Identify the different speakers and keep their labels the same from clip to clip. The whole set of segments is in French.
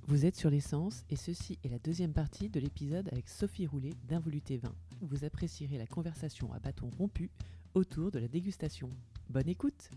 Speaker 1: Vous êtes sur l'essence et ceci est la deuxième partie de l'épisode avec Sophie Roulet d'Involuté Vin. Vous apprécierez la conversation à bâton rompu autour de la dégustation. Bonne écoute!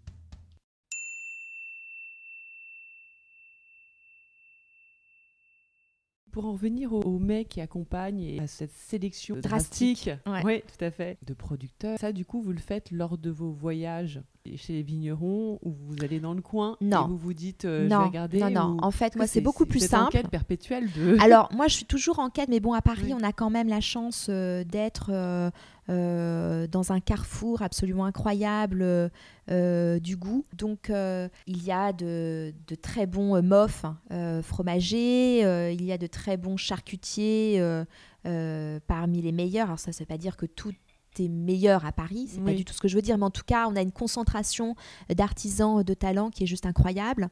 Speaker 1: Pour en revenir aux mets qui accompagnent et à cette sélection drastique,
Speaker 2: ouais,
Speaker 1: tout à fait, de producteurs, ça du coup vous le faites lors de vos voyages chez les vignerons où vous allez dans le coin et vous vous dites je vais regarder.
Speaker 2: Non. En fait, moi c'est beaucoup plus simple.
Speaker 1: C'est en quête perpétuelle de.
Speaker 2: Alors moi je suis toujours en quête, mais bon à Paris on a quand même la chance d'être dans un carrefour absolument incroyable du goût. Donc il y a de très bons mofs fromagers, il y a de très bons charcutiers parmi les meilleurs. Alors ça ne veut pas dire que tout est meilleur à Paris, c'est pas du tout ce que je veux dire, mais en tout cas on a une concentration d'artisans de talent qui est juste incroyable.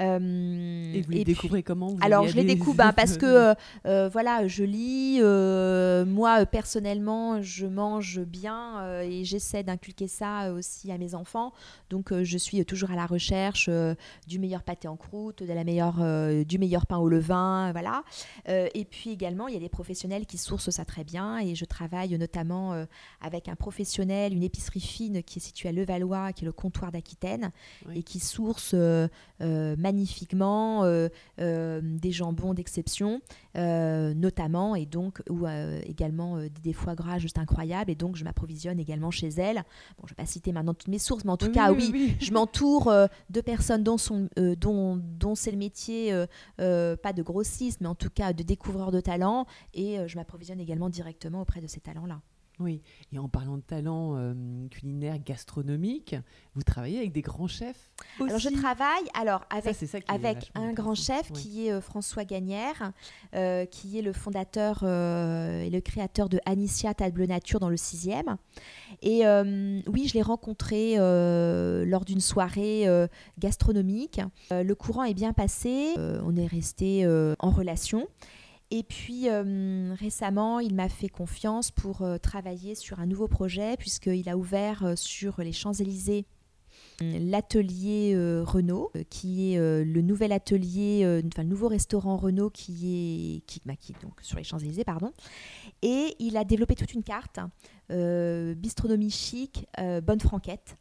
Speaker 1: Et vous les découvrez comment?
Speaker 2: Alors je les découvre parce que voilà, je lis, moi personnellement je mange bien et j'essaie d'inculquer ça aussi à mes enfants, donc je suis toujours à la recherche du meilleur pâté en croûte, du meilleur pain au levain, voilà. Et puis également il y a des professionnels qui sourcent ça très bien et je travaille notamment avec un professionnel, une épicerie fine qui est située à Levallois, qui est le comptoir d'Aquitaine, et qui source magnifiquement des jambons d'exception, notamment, et donc également des foie gras juste incroyables, et donc je m'approvisionne également chez elle. Bon, je ne vais pas citer maintenant toutes mes sources, mais en tout cas, je m'entoure de personnes dont c'est le métier, pas de grossiste, mais en tout cas de découvreurs de talent, et je m'approvisionne également directement auprès de ces talents-là.
Speaker 1: Oui, et en parlant de talent culinaire gastronomique, vous travaillez avec des grands chefs aussi.
Speaker 2: Alors je travaille avec un grand chef qui est François Gagnère, qui est le fondateur et le créateur de Anicia Table Nature dans le 6e. Et oui, je l'ai rencontré lors d'une soirée gastronomique. Le courant est bien passé, on est resté en relation. Et puis récemment, il m'a fait confiance pour travailler sur un nouveau projet puisqu'il a ouvert sur les Champs-Élysées l'atelier Renault, qui est le nouvel atelier, le nouveau restaurant Renault qui donc sur les Champs-Élysées, pardon. Et il a développé toute une carte bistronomie chic, bonne franquette.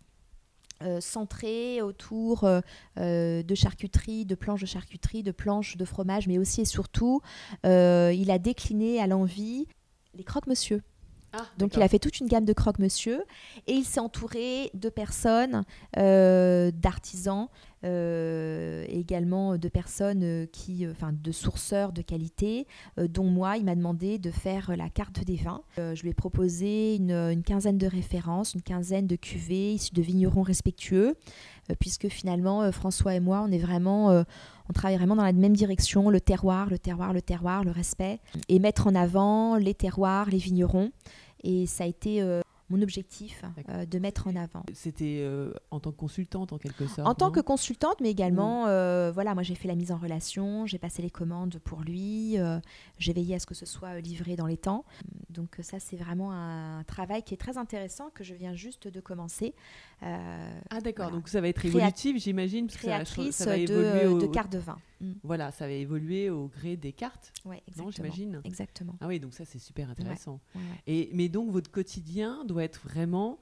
Speaker 2: Centré autour de charcuterie, de planches de charcuterie, de planches de fromage, mais aussi et surtout, il a décliné à l'envie les croque-monsieur. Donc il a fait toute une gamme de croque-monsieur et il s'est entouré de personnes, d'artisans, également de personnes de sourceurs de qualité, dont moi, il m'a demandé de faire la carte des vins. Je lui ai proposé une quinzaine de références, une quinzaine de cuvées issues de vignerons respectueux, puisque finalement, François et moi, on travaille vraiment dans la même direction, le terroir, le respect, et mettre en avant les terroirs, les vignerons. Et ça a été mon objectif de mettre en avant.
Speaker 1: C'était en tant que consultante en quelque sorte?
Speaker 2: En tant que consultante, mais également, moi j'ai fait la mise en relation, j'ai passé les commandes pour lui, j'ai veillé à ce que ce soit livré dans les temps. Donc ça, c'est vraiment un travail qui est très intéressant, que je viens juste de commencer.
Speaker 1: D'accord, voilà. Donc ça va être évolutif, j'imagine, parce
Speaker 2: créatrice
Speaker 1: que ça va évoluer
Speaker 2: de cartes de vin.
Speaker 1: Voilà, ça va évoluer au gré des cartes.
Speaker 2: Oui, exactement.
Speaker 1: Non, j'imagine.
Speaker 2: Exactement.
Speaker 1: Ah oui, donc ça c'est super intéressant.
Speaker 2: Ouais.
Speaker 1: Mais donc votre quotidien doit être vraiment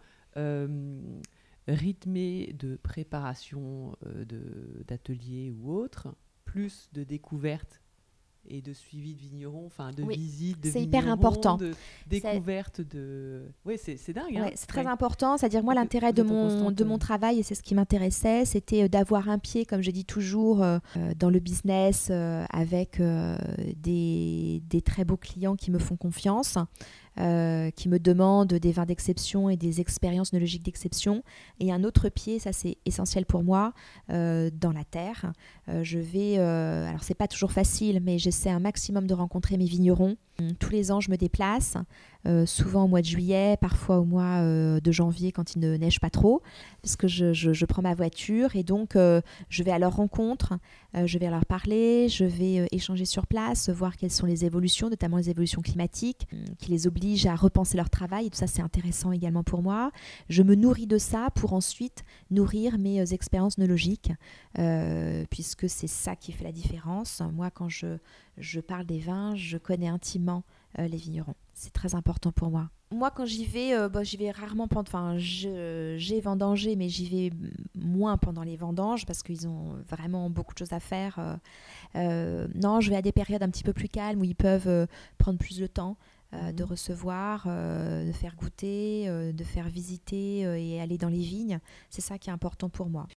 Speaker 1: rythmé de préparation d'ateliers ou autres, plus de découvertes et de suivi de vignerons, visites de vignerons. C'est hyper important. De découvertes de... Oui, c'est dingue.
Speaker 2: Ouais, c'est très important. C'est-à-dire, moi, l'intérêt de mon travail, et c'est ce qui m'intéressait, c'était d'avoir un pied, comme je dis toujours, dans le business, avec des très beaux clients qui me font confiance, qui me demandent des vins d'exception et des expériences œnologiques d'exception. Et un autre pied, ça c'est essentiel pour moi, dans la terre. Je vais, alors c'est pas toujours facile, mais j'essaie un maximum de rencontrer mes vignerons. Tous les ans, je me déplace souvent au mois de juillet, parfois au mois de janvier quand il ne neige pas trop, parce que je prends ma voiture et donc je vais à leur rencontre, je vais leur parler, je vais échanger sur place, voir quelles sont les évolutions, notamment les évolutions climatiques, qui les obligent à repenser leur travail, et tout ça c'est intéressant également pour moi. Je me nourris de ça pour ensuite nourrir mes expériences œnologiques, puisque c'est ça qui fait la différence. Moi, quand je parle des vins, je connais intimement les vignerons. C'est très important pour moi. Moi, quand j'y vais rarement pendant... Enfin, j'ai vendangé, mais j'y vais moins pendant les vendanges parce qu'ils ont vraiment beaucoup de choses à faire. Non, je vais à des périodes un petit peu plus calmes où ils peuvent prendre plus de temps de recevoir, de faire goûter, de faire visiter et aller dans les vignes. C'est ça qui est important pour moi.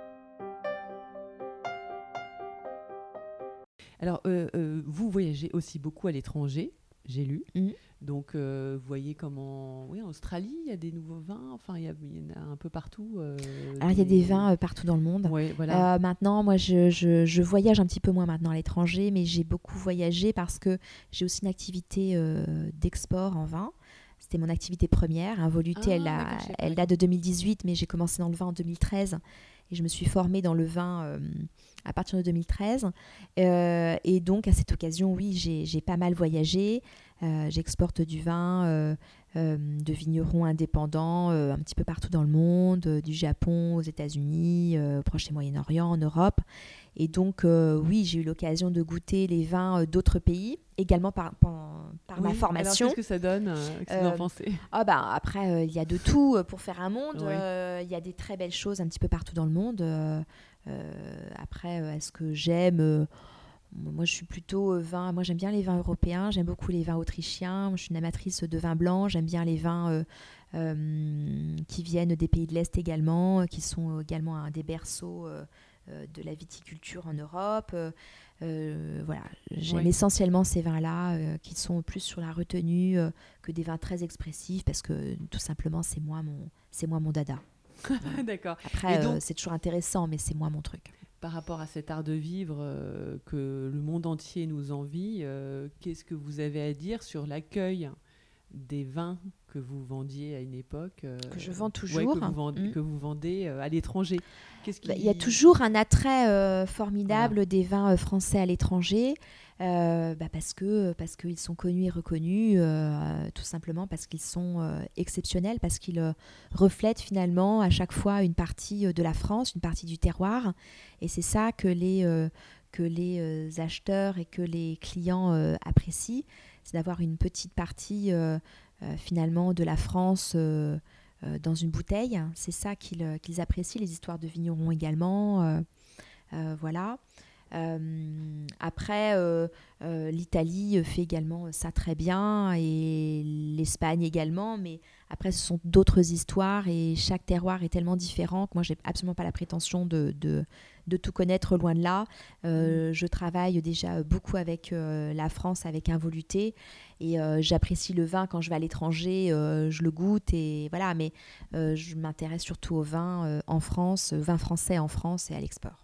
Speaker 1: Alors, vous voyagez aussi beaucoup à l'étranger, j'ai lu. Donc, vous voyez comment... Oui, en Australie, il y a des nouveaux vins. Enfin, il y en a un peu partout.
Speaker 2: Alors, il y a des vins partout dans le monde.
Speaker 1: Ouais, voilà.
Speaker 2: Maintenant, moi, je voyage un petit peu moins maintenant à l'étranger, mais j'ai beaucoup voyagé parce que j'ai aussi une activité d'export en vin. C'était mon activité première. Involuté, elle date de 2018, mais j'ai commencé dans le vin en 2013. Et je me suis formée dans le vin à partir de 2013. Et donc, à cette occasion, oui, j'ai pas mal voyagé. J'exporte du vin de vignerons indépendants un petit peu partout dans le monde, du Japon aux États-Unis, au Proche et Moyen-Orient, en Europe. Et donc, oui, j'ai eu l'occasion de goûter les vins d'autres pays, également par ma formation.
Speaker 1: Alors, qu'est-ce que ça donne? Qu'est-ce que vous en pensez?
Speaker 2: Après, il y a de tout pour faire un monde. Il y a des très belles choses un petit peu partout dans le monde. Après, est-ce que j'aime moi, je suis plutôt vin. Moi, j'aime bien les vins européens. J'aime beaucoup les vins autrichiens. Je suis une amatrice de vin blanc. J'aime bien les vins qui viennent des pays de l'Est également, qui sont également un des berceaux de la viticulture en Europe. Voilà, j'aime essentiellement ces vins-là qui sont plus sur la retenue que des vins très expressifs parce que tout simplement, c'est moi mon dada.
Speaker 1: D'accord.
Speaker 2: Après, c'est toujours intéressant, mais c'est moi mon truc.
Speaker 1: Par rapport à cet art de vivre que le monde entier nous envie, qu'est-ce que vous avez à dire sur l'accueil des vins que vous vendiez à une époque
Speaker 2: que je vends toujours,
Speaker 1: que vous vendez à l'étranger?
Speaker 2: Il y a toujours un attrait formidable des vins français à l'étranger. Parce qu'ils sont connus et reconnus, tout simplement parce qu'ils sont exceptionnels, parce qu'ils reflètent finalement à chaque fois une partie de la France, une partie du terroir. Et c'est ça que les acheteurs et que les clients apprécient, c'est d'avoir une petite partie finalement de la France dans une bouteille. C'est ça qu'ils apprécient, les histoires de vignerons également. Voilà. Après, l'Italie fait également ça très bien et l'Espagne également, mais après ce sont d'autres histoires et chaque terroir est tellement différent que moi j'ai absolument pas la prétention de tout connaître, loin de là. Je travaille déjà beaucoup avec la France, avec Involuté, et j'apprécie le vin quand je vais à l'étranger, je le goûte et voilà, mais je m'intéresse surtout au vin en France, vin français en France et à l'export.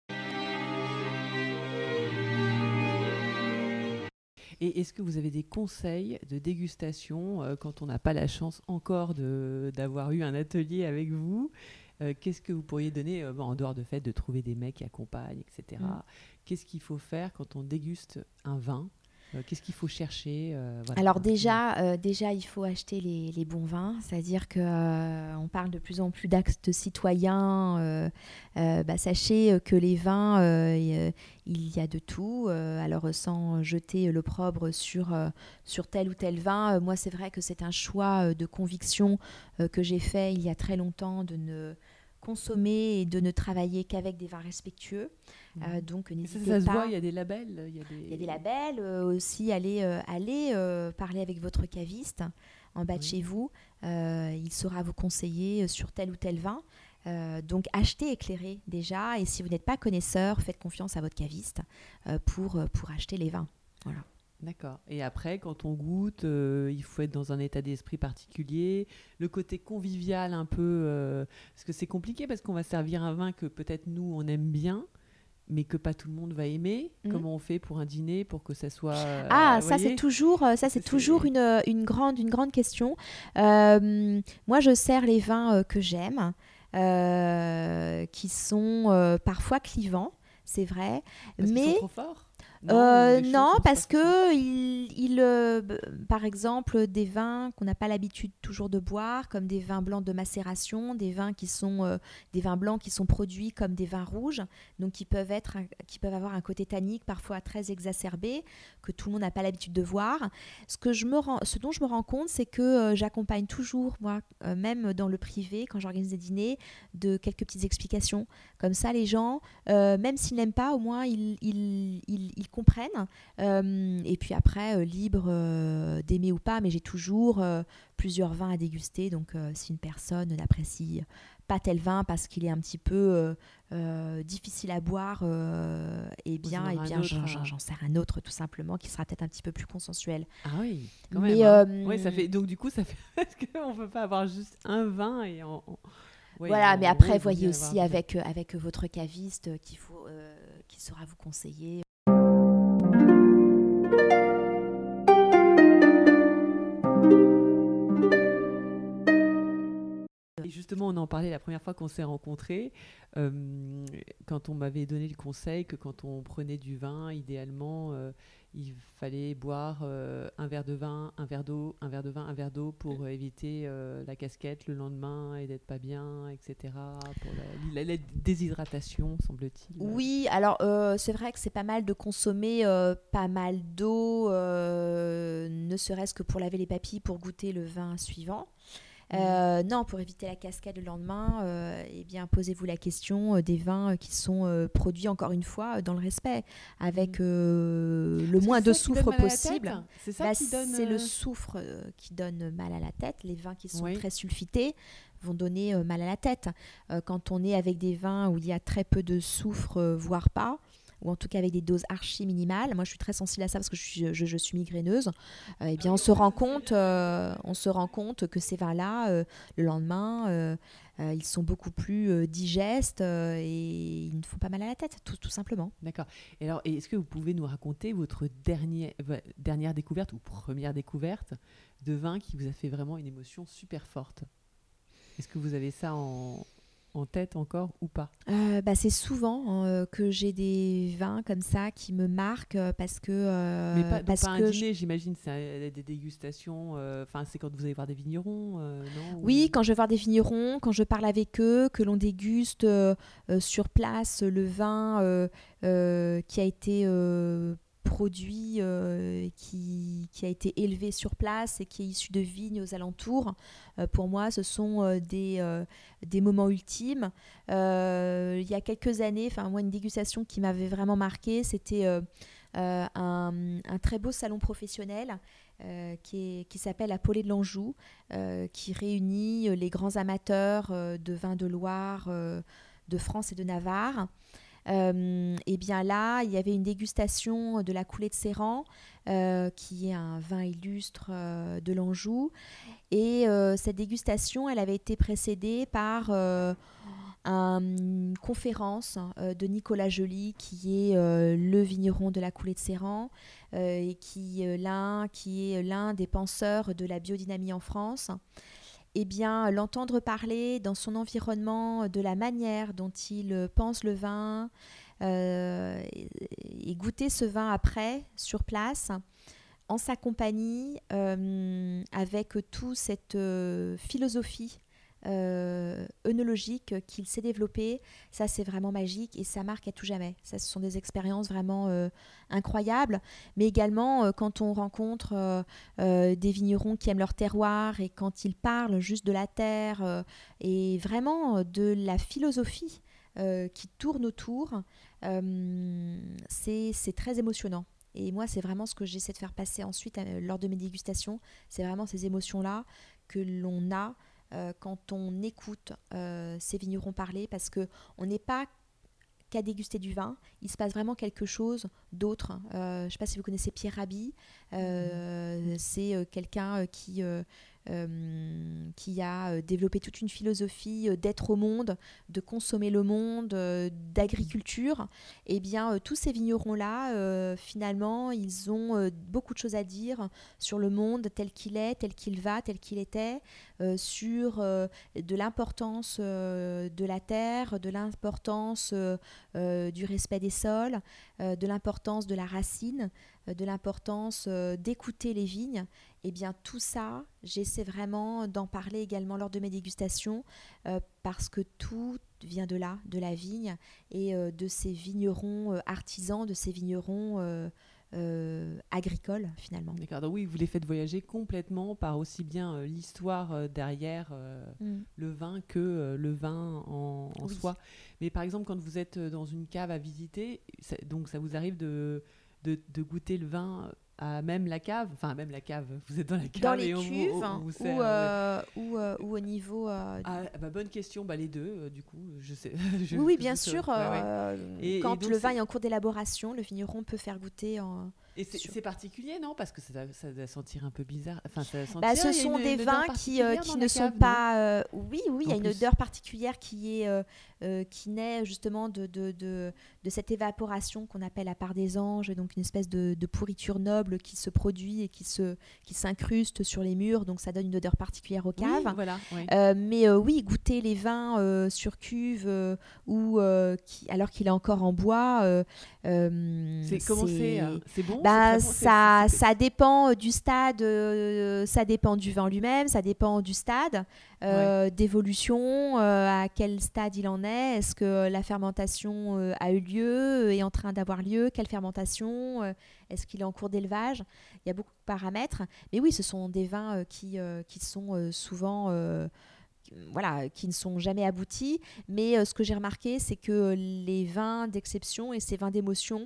Speaker 1: Et est-ce que vous avez des conseils de dégustation quand on n'a pas la chance encore d'avoir eu un atelier avec vous? Qu'est-ce que vous pourriez donner, en dehors du fait de trouver des mecs qui accompagnent, etc. Qu'est-ce qu'il faut faire quand on déguste un vin? Qu'est-ce qu'il faut chercher voilà.
Speaker 2: Alors déjà, il faut acheter les bons vins, c'est-à-dire qu'on parle de plus en plus d'actes citoyens. Sachez que les vins, il y a de tout. Alors sans jeter l'opprobre sur tel ou tel vin, moi c'est vrai que c'est un choix de conviction que j'ai fait il y a très longtemps de ne consommer et de ne travailler qu'avec des vins respectueux. Donc n'hésitez pas.
Speaker 1: Ça se voit, il y a des labels.
Speaker 2: Il y a des labels. Aussi, allez parler avec votre caviste en bas de chez vous. Il saura vous conseiller sur tel ou tel vin. Donc achetez éclairé déjà. Et si vous n'êtes pas connaisseur, faites confiance à votre caviste pour acheter les vins. Voilà.
Speaker 1: D'accord. Et après, quand on goûte, il faut être dans un état d'esprit particulier. Le côté convivial un peu, parce que c'est compliqué parce qu'on va servir un vin que peut-être nous, on aime bien, mais que pas tout le monde va aimer. Comment on fait pour un dîner pour que ça soit
Speaker 2: ça c'est toujours une grande question. Moi je sers les vins que j'aime, qui sont parfois clivants, c'est vrai,
Speaker 1: parce
Speaker 2: mais
Speaker 1: qu'ils sont trop forts.
Speaker 2: Non, parce que par exemple, des vins qu'on n'a pas l'habitude toujours de boire, comme des vins blancs de macération, des vins des vins blancs qui sont produits comme des vins rouges, donc qui peuvent avoir un côté tannique parfois très exacerbé, que tout le monde n'a pas l'habitude de voir. Ce dont je me rends compte, c'est que j'accompagne toujours, moi, même dans le privé, quand j'organise des dîners, de quelques petites explications. Comme ça, les gens, même s'ils n'aiment pas, au moins ils comprennent. Et puis après, libre d'aimer ou pas, mais j'ai toujours plusieurs vins à déguster. Donc si une personne n'apprécie pas tel vin parce qu'il est un petit peu difficile à boire, j'en sers un autre tout simplement qui sera peut-être un petit peu plus consensuel.
Speaker 1: Ah oui, quand même. Oui, ça fait, donc du coup, ça fait parce qu'on ne peut pas avoir juste un vin et
Speaker 2: voilà, mais après, voyez aussi avec votre caviste qui saura vous conseiller.
Speaker 1: Et justement, on en parlait la première fois qu'on s'est rencontrés, quand on m'avait donné le conseil que quand on prenait du vin, idéalement, il fallait boire un verre de vin, un verre d'eau, un verre de vin, un verre d'eau pour éviter la casquette le lendemain et d'être pas bien, etc. Pour la déshydratation, semble-t-il.
Speaker 2: Oui, alors c'est vrai que c'est pas mal de consommer pas mal d'eau, ne serait-ce que pour laver les papilles, pour goûter le vin suivant. Non, pour éviter la cascade le lendemain, posez-vous la question des vins qui sont produits, encore une fois, dans le respect, avec le moins de soufre possible.
Speaker 1: C'est ça qui donne...
Speaker 2: C'est le soufre qui donne mal à la tête. Les vins qui sont très sulfités vont donner mal à la tête. Quand on est avec des vins où il y a très peu de soufre, voire pas, ou en tout cas avec des doses archi minimales. Moi, je suis très sensible à ça parce que je suis migraineuse. On se rend compte que ces vins-là, le lendemain, ils sont beaucoup plus digestes et ils ne font pas mal à la tête, tout simplement.
Speaker 1: D'accord. Et alors, est-ce que vous pouvez nous raconter votre dernière découverte ou première découverte de vin qui vous a fait vraiment une émotion super forte ? Est-ce que vous avez ça en tête encore ou pas ?
Speaker 2: C'est souvent que j'ai des vins comme ça qui me marquent parce que...
Speaker 1: Mais pas un dîner, j'imagine, c'est des dégustations, c'est quand vous allez voir des vignerons, non ?
Speaker 2: Oui, quand je vais voir des vignerons, quand je parle avec eux, que l'on déguste sur place le vin qui a été... produit qui a été élevé sur place et qui est issu de vignes aux alentours. Pour moi, ce sont des moments ultimes. Il y a quelques années, moi, une dégustation qui m'avait vraiment marquée, c'était un très beau salon professionnel qui s'appelle la Paulée de l'Anjou, qui réunit les grands amateurs de vins de Loire, de France et de Navarre. Et bien là, il y avait une dégustation de la Coulée de Séran, qui est un vin illustre de l'Anjou. Et cette dégustation, elle avait été précédée par une conférence de Nicolas Joly, qui est le vigneron de la Coulée de Séran, et qui est l'un des penseurs de la biodynamie en France. Eh bien, l'entendre parler dans son environnement de la manière dont il pense le vin et goûter ce vin après, sur place, en sa compagnie, avec toute cette philosophie œnologique qu'il s'est développé, ça c'est vraiment magique et ça marque à tout jamais. Ça, ce sont des expériences vraiment incroyables, mais également quand on rencontre des vignerons qui aiment leur terroir et quand ils parlent juste de la terre et vraiment de la philosophie qui tourne autour, c'est très émotionnant. Et moi, c'est vraiment ce que j'essaie de faire passer ensuite lors de mes dégustations. C'est vraiment ces émotions-là que l'on a quand on écoute ces vignerons parler, parce qu'on n'est pas qu'à déguster du vin, il se passe vraiment quelque chose d'autre. Je ne sais pas si vous connaissez Pierre Rabhi, c'est quelqu'un qui qui a développé toute une philosophie d'être au monde, de consommer le monde, d'agriculture. Et bien, tous ces vignerons-là, finalement, ils ont beaucoup de choses à dire sur le monde tel qu'il est, tel qu'il va, tel qu'il était, sur de l'importance de la terre, de l'importance du respect des sols, de l'importance de la racine, de l'importance d'écouter les vignes. Et bien tout ça, j'essaie vraiment d'en parler également lors de mes dégustations parce que tout vient de là, de la vigne et de ces vignerons artisans, de ces vignerons agricoles finalement.
Speaker 1: D'accord, donc oui, vous les faites voyager complètement par aussi bien l'histoire derrière le vin que le vin en soi. Mais par exemple, quand vous êtes dans une cave à visiter, donc ça vous arrive de goûter le vin à même la cave, vous êtes dans la cave
Speaker 2: dans les cuves ou au niveau
Speaker 1: bonne question, les deux du coup je sais.
Speaker 2: Oui bien sûr. Quand le vin est en cours d'élaboration, le vigneron peut faire goûter
Speaker 1: et c'est particulier, non? Parce que ça doit sentir un peu bizarre.
Speaker 2: Ce sont des vins qui ne sont pas... oui, il y a une odeur particulière qui naît justement de cette évaporation qu'on appelle la part des anges, donc une espèce de pourriture noble qui se produit et qui s'incruste sur les murs, donc ça donne une odeur particulière aux caves.
Speaker 1: Oui, voilà, oui.
Speaker 2: Mais goûter les vins sur cuve alors qu'il est encore en bois...
Speaker 1: c'est bon?
Speaker 2: Ça dépend du stade, ça dépend du vin lui-même, ça dépend du stade d'évolution, à quel stade il en est, est-ce que la fermentation a eu lieu, est en train d'avoir lieu, quelle fermentation, est-ce qu'il est en cours d'élevage. Il y a beaucoup de paramètres, mais oui, ce sont des vins qui sont souvent... qui ne sont jamais aboutis, mais ce que j'ai remarqué, c'est que les vins d'exception et ces vins d'émotion,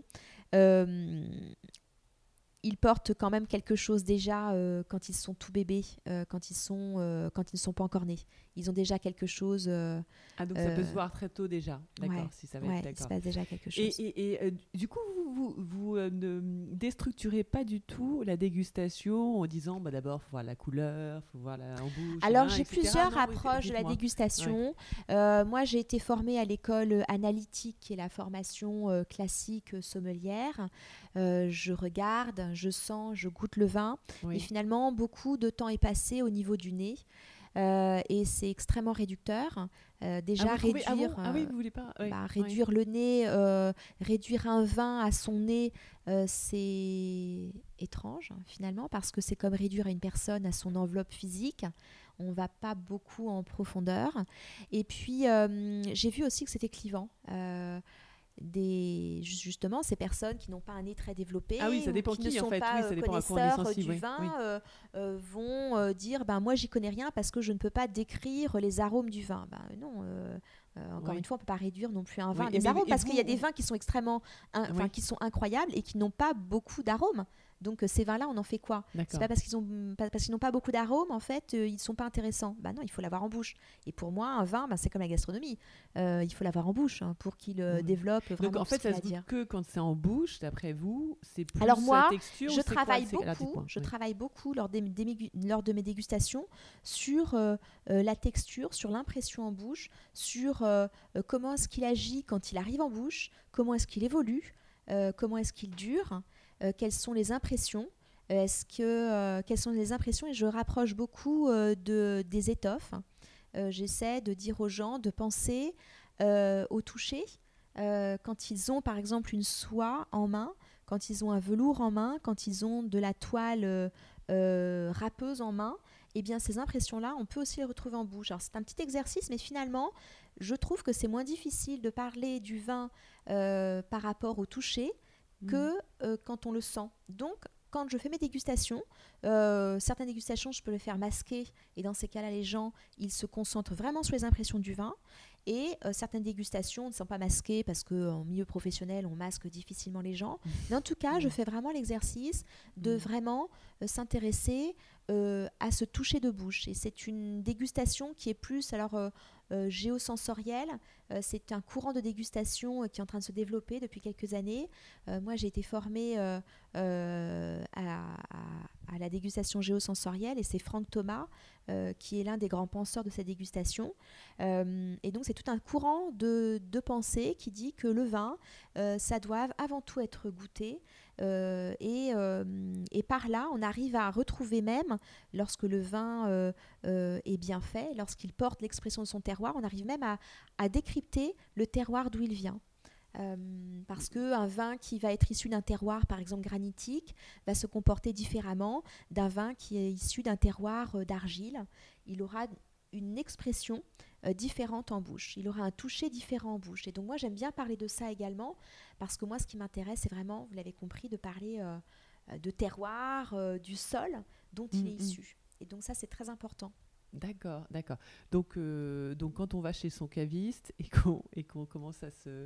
Speaker 2: ils portent quand même quelque chose déjà quand ils sont tout bébés, quand ils ne sont pas encore nés. Ils ont déjà quelque chose...
Speaker 1: donc ça peut se voir très tôt déjà, d'accord, si ça va être d'accord.
Speaker 2: Il se passe déjà quelque chose.
Speaker 1: Et du coup, vous ne déstructurez pas du tout la dégustation en disant d'abord, il faut voir la couleur, il faut voir en bouche.
Speaker 2: Alors, j'ai plusieurs approches de la dégustation. Moi, j'ai été formée à l'école analytique, qui est la formation classique sommelière. Je regarde, je sens, je goûte le vin. Et finalement, beaucoup de temps est passé au niveau du nez. Et c'est extrêmement réducteur. Réduire le nez, réduire un vin à son nez, c'est étrange finalement, parce que c'est comme réduire une personne à son enveloppe physique. On ne va pas beaucoup en profondeur. Et puis, j'ai vu aussi que c'était clivant. Justement ces personnes qui n'ont pas un nez très développé
Speaker 1: ça dépend
Speaker 2: qui ne sont pas connaisseurs du vin vont dire moi j'y connais rien parce que je ne peux pas décrire les arômes du vin. Non, encore une fois on ne peut pas réduire non plus un vin à des arômes parce qu'il y a des vins qui sont extrêmement qui sont incroyables et qui n'ont pas beaucoup d'arômes. Donc ces vins-là, on en fait quoi? C'est pas parce qu'ils n'ont pas beaucoup d'arômes, en fait, ils sont pas intéressants. Non, il faut l'avoir en bouche. Et pour moi, un vin, c'est comme la gastronomie. Il faut l'avoir en bouche pour qu'il développe vraiment.
Speaker 1: Donc en fait, ça se goûte que quand c'est en bouche, d'après vous, c'est plus
Speaker 2: Alors moi,
Speaker 1: la texture.
Speaker 2: Je travaille beaucoup lors de mes dégustations sur la texture, sur l'impression en bouche, sur comment est-ce qu'il agit quand il arrive en bouche, comment est-ce qu'il évolue, comment est-ce qu'il dure. Quelles sont les impressions quelles sont les impressions et je rapproche beaucoup des étoffes. J'essaie de dire aux gens de penser au toucher quand ils ont par exemple une soie en main, quand ils ont un velours en main, quand ils ont de la toile râpeuse en main. Eh bien, ces impressions-là, on peut aussi les retrouver en bouche. Alors, c'est un petit exercice, mais finalement, je trouve que c'est moins difficile de parler du vin par rapport au toucher que quand on le sent. Donc, quand je fais mes dégustations, certaines dégustations, je peux les faire masquer. Et dans ces cas-là, les gens, ils se concentrent vraiment sur les impressions du vin. Et certaines dégustations ne sont pas masquées parce qu'en milieu professionnel, on masque difficilement les gens. Mais en tout cas, je fais vraiment l'exercice de vraiment s'intéresser à ce toucher de bouche. Et c'est une dégustation qui est plus géosensorielle, c'est un courant de dégustation qui est en train de se développer depuis quelques années. Moi, j'ai été formée à la dégustation géosensorielle et c'est Franck Thomas qui est l'un des grands penseurs de cette dégustation. Et donc, c'est tout un courant de pensée qui dit que le vin, ça doit avant tout être goûté. Et par là, on arrive à retrouver même, lorsque le vin est bien fait, lorsqu'il porte l'expression de son terroir, on arrive même à décrypter le terroir d'où il vient. Parce qu'un vin qui va être issu d'un terroir, par exemple granitique, va se comporter différemment d'un vin qui est issu d'un terroir d'argile. Il aura une expression différente en bouche. Il aura un toucher différent en bouche. Et donc moi, j'aime bien parler de ça également, parce que moi, ce qui m'intéresse, c'est vraiment, vous l'avez compris, de parler de terroir, du sol dont il est issu. Et donc ça, c'est très important.
Speaker 1: D'accord. Donc quand on va chez son caviste et qu'on commence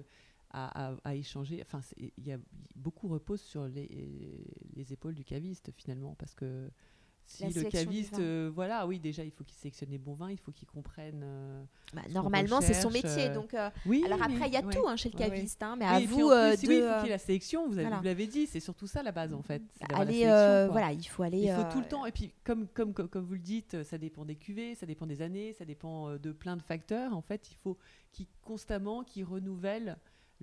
Speaker 1: à échanger, enfin, beaucoup repose sur les épaules du caviste finalement, parce que si le caviste, déjà il faut qu'il sélectionne les bons vins, il faut qu'il comprenne.
Speaker 2: Normalement, c'est son métier, donc. Alors après, il y a tout chez le caviste, mais à vous
Speaker 1: il faut qu'il y ait la sélection. Vous l'avez dit, c'est surtout ça la base en fait.
Speaker 2: Il faut aller.
Speaker 1: Il faut tout le temps. Et puis comme vous le dites, ça dépend des cuvées, ça dépend des années, ça dépend de plein de facteurs. En fait, il faut qu'ils renouvellent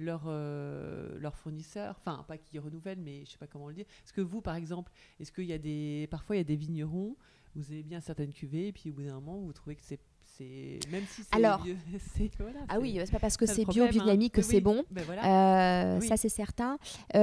Speaker 1: leurs fournisseurs, enfin pas qu'ils renouvellent, mais je sais pas comment le dire. Est-ce que vous, par exemple, parfois il y a des vignerons, vous aimez bien certaines cuvées et puis au bout d'un moment vous trouvez que c'est même si c'est vieux,
Speaker 2: oui, c'est pas parce que c'est biodynamique que c'est bon. Ça c'est certain.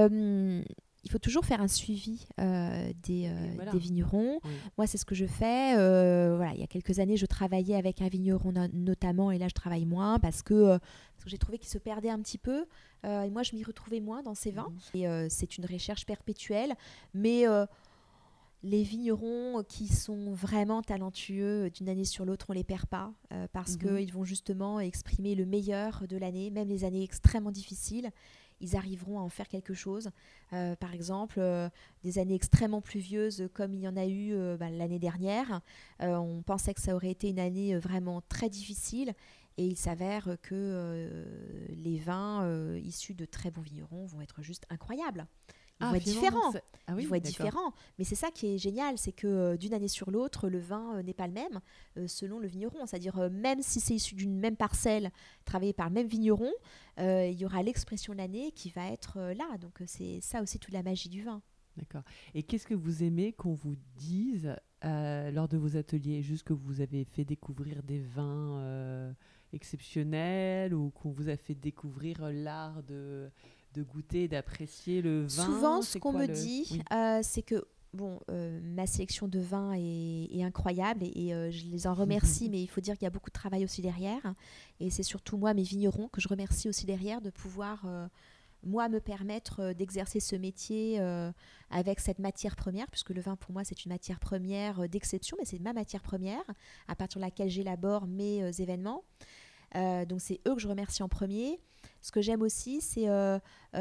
Speaker 2: Il faut toujours faire un suivi des vignerons. Oui. Moi, c'est ce que je fais. Il y a quelques années, je travaillais avec un vigneron notamment, et là, je travaille moins parce que j'ai trouvé qu'il se perdait un petit peu. Et moi, je m'y retrouvais moins dans ses vins. Et c'est une recherche perpétuelle. Mais les vignerons qui sont vraiment talentueux, d'une année sur l'autre, on ne les perd pas parce qu'ils vont justement exprimer le meilleur de l'année, même les années extrêmement difficiles. Ils arriveront à en faire quelque chose. Par exemple, des années extrêmement pluvieuses comme il y en a eu l'année dernière. On pensait que ça aurait été une année vraiment très difficile et il s'avère que les vins issus de très bons vignerons vont être juste incroyables. Ils vont être différents. Mais c'est ça qui est génial, c'est que d'une année sur l'autre, le vin n'est pas le même selon le vigneron. C'est-à-dire, même si c'est issu d'une même parcelle, travaillée par le même vigneron, il y aura l'expression de l'année qui va être là. Donc c'est ça aussi toute la magie du vin.
Speaker 1: D'accord. Et qu'est-ce que vous aimez qu'on vous dise lors de vos ateliers? Juste que vous avez fait découvrir des vins exceptionnels ou qu'on vous a fait découvrir l'art de goûter, d'apprécier le vin?
Speaker 2: Souvent, ce qu'on me dit, c'est que ma sélection de vins est incroyable et je les en remercie, mais il faut dire qu'il y a beaucoup de travail aussi derrière. Et c'est surtout moi, mes vignerons, que je remercie aussi derrière de pouvoir, moi, me permettre d'exercer ce métier avec cette matière première, puisque le vin, pour moi, c'est une matière première d'exception, mais c'est ma matière première à partir de laquelle j'élabore mes événements. Donc c'est eux que je remercie en premier. Ce que j'aime aussi, c'est quand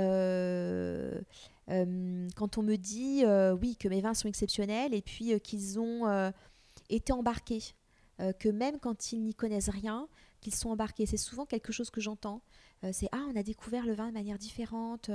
Speaker 2: on me dit que mes vins sont exceptionnels et puis qu'ils ont été embarqués, que même quand ils n'y connaissent rien, qu'ils sont embarqués. C'est souvent quelque chose que j'entends. C'est « Ah, on a découvert le vin de manière différente.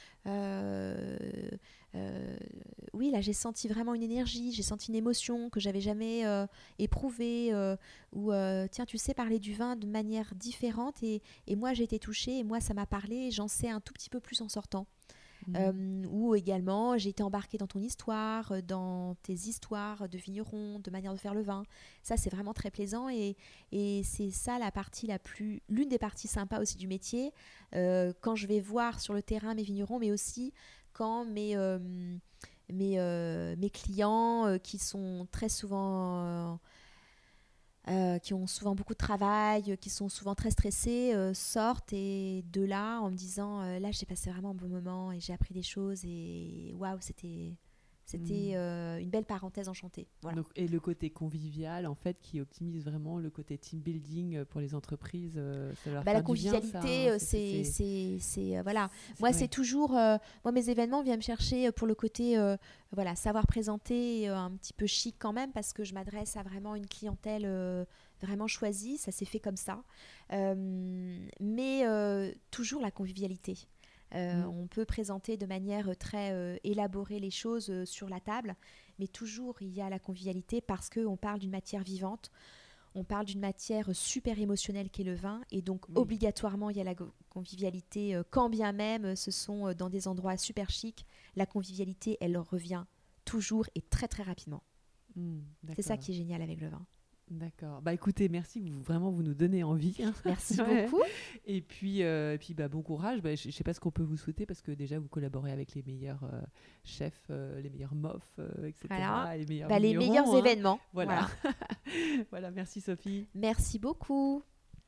Speaker 2: Oui, là, j'ai senti vraiment une énergie, j'ai senti une émotion que j'avais jamais éprouvée. Ou tiens, tu sais parler du vin de manière différente. Et moi, j'ai été touchée et moi, ça m'a parlé. Et j'en sais un tout petit peu plus en sortant. » Ou également, j'ai été embarquée dans ton histoire, dans tes histoires de vignerons, de manière de faire le vin. Ça, c'est vraiment très plaisant et c'est ça l'une des parties sympas aussi du métier. Quand je vais voir sur le terrain mes vignerons, mais aussi quand mes clients qui sont très souvent... qui ont souvent beaucoup de travail, qui sont souvent très stressés, sortent et de là en me disant là j'ai passé vraiment un bon moment et j'ai appris des choses et waouh, c'était une belle parenthèse enchantée. Voilà.
Speaker 1: Donc, et le côté convivial en fait qui optimise vraiment le côté team building pour les entreprises, ça leur fait
Speaker 2: la
Speaker 1: du
Speaker 2: convivialité,
Speaker 1: bien, ça,
Speaker 2: c'est voilà. Moi c'est toujours moi mes événements viennent me chercher pour le côté savoir présenter un petit peu chic quand même parce que je m'adresse à vraiment une clientèle vraiment choisi, ça s'est fait comme ça. Mais toujours la convivialité. On peut présenter de manière très élaborée les choses sur la table, mais toujours il y a la convivialité parce qu'on parle d'une matière vivante, on parle d'une matière super émotionnelle qu'est le vin, et donc obligatoirement il y a la convivialité, quand bien même ce sont dans des endroits super chics, la convivialité elle revient toujours et très très rapidement. C'est ça qui est génial avec le vin.
Speaker 1: D'accord. Bah écoutez, merci, vous nous donnez envie. Hein.
Speaker 2: Merci beaucoup.
Speaker 1: Et puis bon courage. Bah, je ne sais pas ce qu'on peut vous souhaiter parce que déjà vous collaborez avec les meilleurs chefs, les meilleurs MOF, etc.
Speaker 2: Voilà.
Speaker 1: Les meilleurs,
Speaker 2: les meilleurs événements.
Speaker 1: Voilà. Voilà, merci Sophie.
Speaker 2: Merci beaucoup.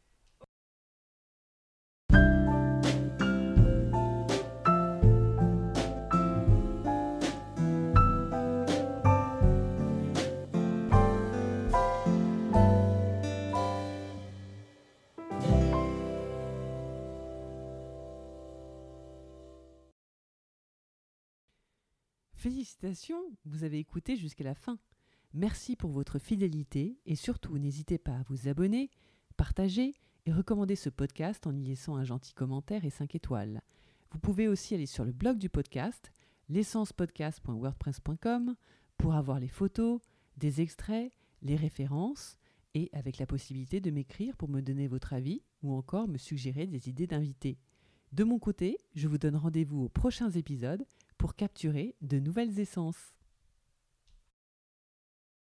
Speaker 1: Félicitations, vous avez écouté jusqu'à la fin. Merci pour votre fidélité et surtout n'hésitez pas à vous abonner, partager et recommander ce podcast en y laissant un gentil commentaire et 5 étoiles. Vous pouvez aussi aller sur le blog du podcast, l'essencepodcast.wordpress.com, pour avoir les photos, des extraits, les références et avec la possibilité de m'écrire pour me donner votre avis ou encore me suggérer des idées d'invités. De mon côté, je vous donne rendez-vous aux prochains épisodes pour capturer de nouvelles essences.